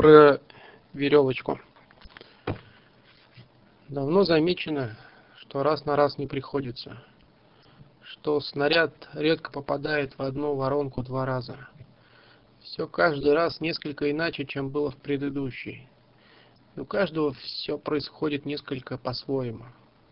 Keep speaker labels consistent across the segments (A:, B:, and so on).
A: Про веревочку. Давно замечено, что раз на раз не приходится, что снаряд редко попадает в одну воронку два раза. Все каждый раз несколько иначе, чем было в предыдущий. У каждого все происходит несколько по-своему.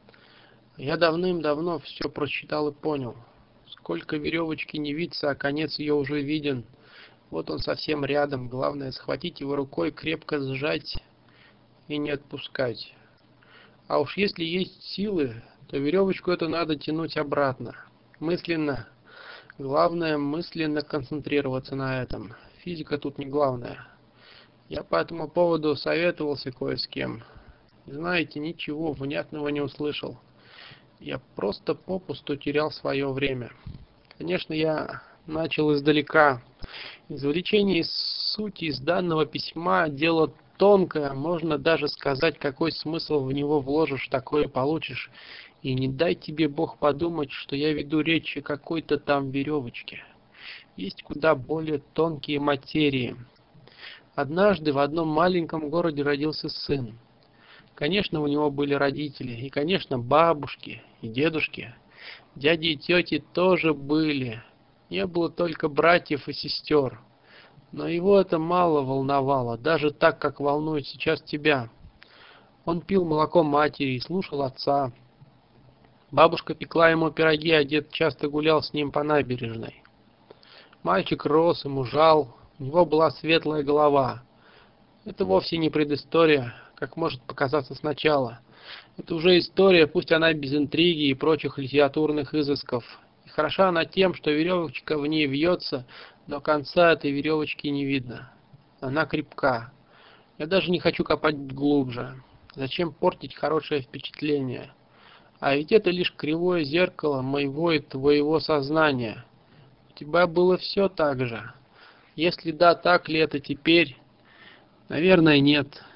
A: Я давным-давно все прочитал и понял. Сколько веревочки не виться, а конец ее уже виден. Вот он совсем рядом. Главное схватить его рукой, крепко сжать и не отпускать. А уж если есть силы, то веревочку эту надо тянуть обратно. Мысленно. Главное мысленно концентрироваться на этом. Физика тут не главное. Я по этому поводу советовался кое с кем. Знаете, ничего внятного не услышал. Я просто попусту терял свое время. Конечно, я начал издалека. Извлечение сути из данного письма — дело тонкое, можно даже сказать, какой смысл в него вложишь, такое получишь. И не дай тебе Бог подумать, что я веду речь о какой-то там веревочке. Есть куда более тонкие материи. Однажды в одном маленьком городе родился сын. Конечно, у него были родители, и, конечно, бабушки и дедушки. Дяди и тети тоже были. Не было только братьев и сестер. Но его это мало волновало, даже так, как волнует сейчас тебя. Он пил молоко матери и слушал отца. Бабушка пекла ему пироги, а дед часто гулял с ним по набережной. Мальчик рос и мужал, у него была светлая голова. Это вовсе не предыстория, как может показаться сначала. Это уже история, пусть она без интриги и прочих литературных изысков. И хороша она тем, что веревочка в ней вьется, но конца этой веревочки не видно. Она крепка. Я даже не хочу копать глубже. Зачем портить хорошее впечатление? А ведь это лишь кривое зеркало моего и твоего сознания. У тебя было все так же. Если да, так ли это теперь? Наверное, нет.